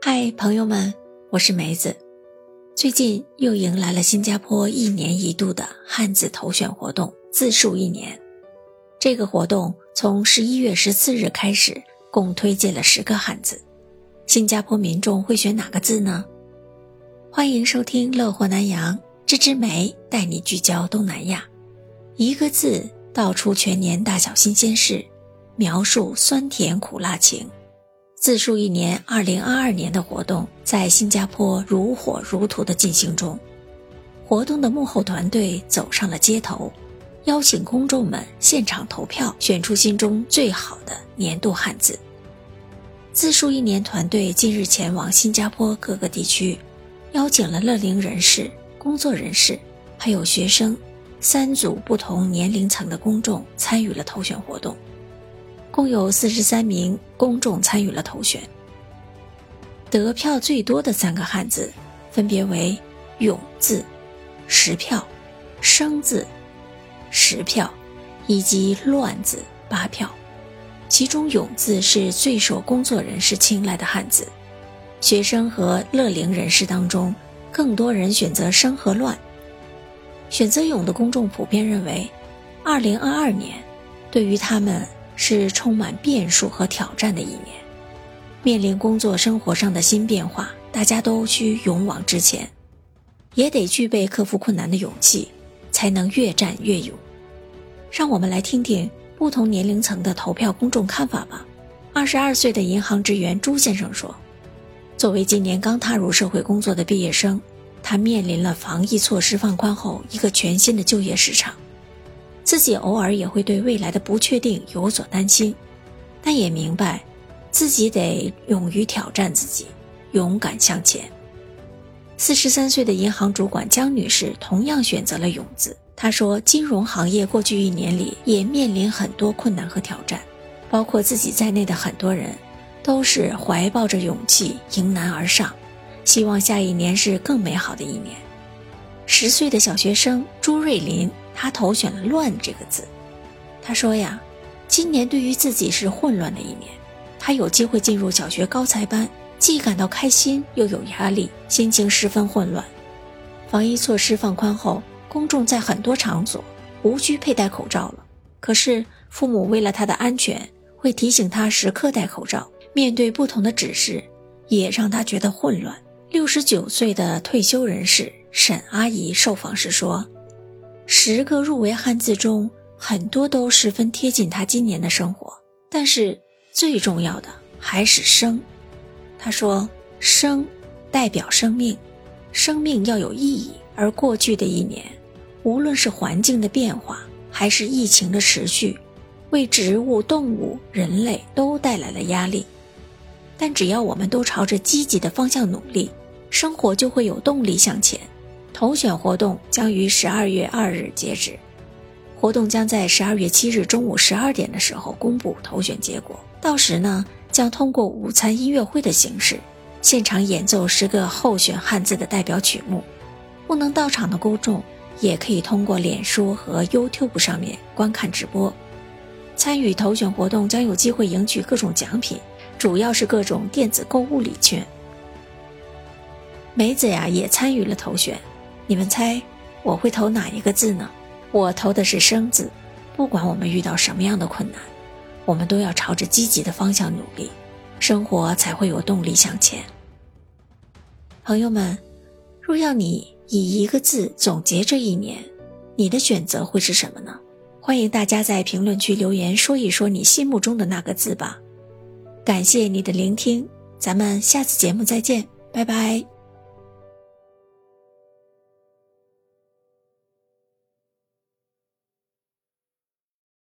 嗨，朋友们，我是梅子。最近又迎来了新加坡1年1度的汉字头选活动字数1年。这个活动从11月14日开始，共推荐了10个汉字。新加坡民众会选哪个字呢？欢迎收听乐活南洋，芝芝梅带你聚焦东南亚。一个字道出全年大小新鲜事，描述酸甜苦辣情。字数1年2022年的活动在新加坡如火如荼地进行中。活动的幕后团队走上了街头，邀请公众们现场投票，选出心中最好的年度汉字。字数1年团队近日前往新加坡各个地区，邀请了乐龄人士、工作人士还有学生3组不同年龄层的公众参与了投选活动。共有43名公众参与了投选。得票最多的3个汉字分别为勇字10票，生字10票，以及乱字8票。其中勇字是最受工作人士青睐的汉字，学生和乐龄人士当中更多人选择生和乱。选择勇的公众普遍认为2022年对于他们是充满变数和挑战的一年，面临工作生活上的新变化，大家都需勇往直前，也得具备克服困难的勇气，才能越战越勇。让我们来听听不同年龄层的投票公众看法吧。22岁的银行职员朱先生说，作为今年刚踏入社会工作的毕业生，他面临了防疫措施放宽后一个全新的就业市场。自己偶尔也会对未来的不确定有所担心，但也明白自己得勇于挑战自己，勇敢向前。43岁的银行主管江女士同样选择了勇字。她说，金融行业过去1年里也面临很多困难和挑战，包括自己在内的很多人都是怀抱着勇气迎难而上，希望下一年是更美好的一年。10岁的小学生朱瑞林，他投选了乱这个字。他说呀，今年对于自己是混乱的一年，他有机会进入小学高才班，既感到开心又有压力，心情十分混乱。防疫措施放宽后，公众在很多场所无需佩戴口罩了，可是父母为了他的安全会提醒他时刻戴口罩，面对不同的指示也让他觉得混乱。69岁的退休人士沈阿姨受访时说，10个入围汉字中很多都十分贴近她今年的生活，但是最重要的还是生。她说，生代表生命，生命要有意义。而过去的1年，无论是环境的变化还是疫情的持续，为植物、动物、人类都带来了压力。但只要我们都朝着积极的方向努力，生活就会有动力向前。投选活动将于12月2日截止，活动将在12月7日中午12点的时候公布投选结果。到时呢，将通过午餐音乐会的形式，现场演奏10个候选汉字的代表曲目。不能到场的公众也可以通过脸书和 YouTube 上面观看直播。参与投选活动将有机会赢取各种奖品，主要是各种电子购物礼券。梅子呀也参与了投选，你们猜我会投哪一个字呢？我投的是生字。不管我们遇到什么样的困难，我们都要朝着积极的方向努力，生活才会有动力向前。朋友们，若要你以一个字总结这1年，你的选择会是什么呢？欢迎大家在评论区留言说一说你心目中的那个字吧。感谢你的聆听，咱们下次节目再见，拜拜。